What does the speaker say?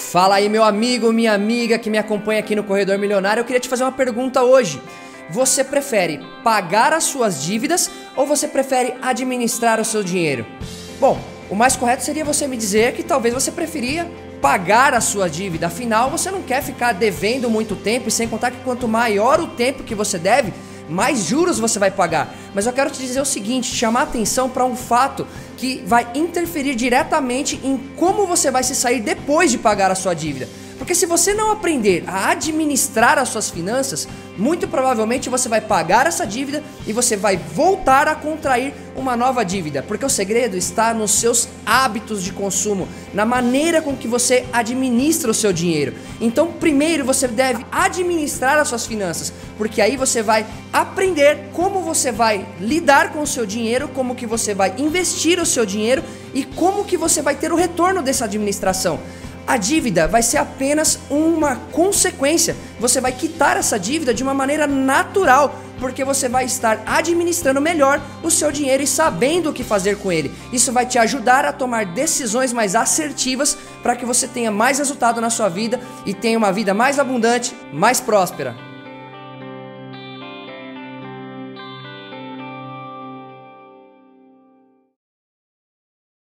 Fala aí, meu amigo, minha amiga que me acompanha aqui no Corredor Milionário. Eu queria te fazer uma pergunta hoje. Você prefere pagar as suas dívidas ou você prefere administrar o seu dinheiro? Bom, o mais correto seria você me dizer que talvez você preferia pagar a sua dívida. Afinal, você não quer ficar devendo muito tempo, e sem contar que quanto maior o tempo que você deve, mais juros você vai pagar. Mas eu quero te dizer o seguinte, chamar a atenção para um fato que vai interferir diretamente em como você vai se sair depois de pagar a sua dívida. Porque se você não aprender a administrar as suas finanças, muito provavelmente você vai pagar essa dívida e você vai voltar a contrair uma nova dívida. Porque o segredo está nos seus hábitos de consumo, na maneira com que você administra o seu dinheiro. Então, primeiro você deve administrar as suas finanças, porque aí você vai aprender como você vai lidar com o seu dinheiro, como que você vai investir o seu dinheiro e como que você vai ter o retorno dessa administração. A dívida vai ser apenas uma consequência. Você vai quitar essa dívida de uma maneira natural, porque você vai estar administrando melhor o seu dinheiro e sabendo o que fazer com ele. Isso vai te ajudar a tomar decisões mais assertivas para que você tenha mais resultado na sua vida e tenha uma vida mais abundante, mais próspera.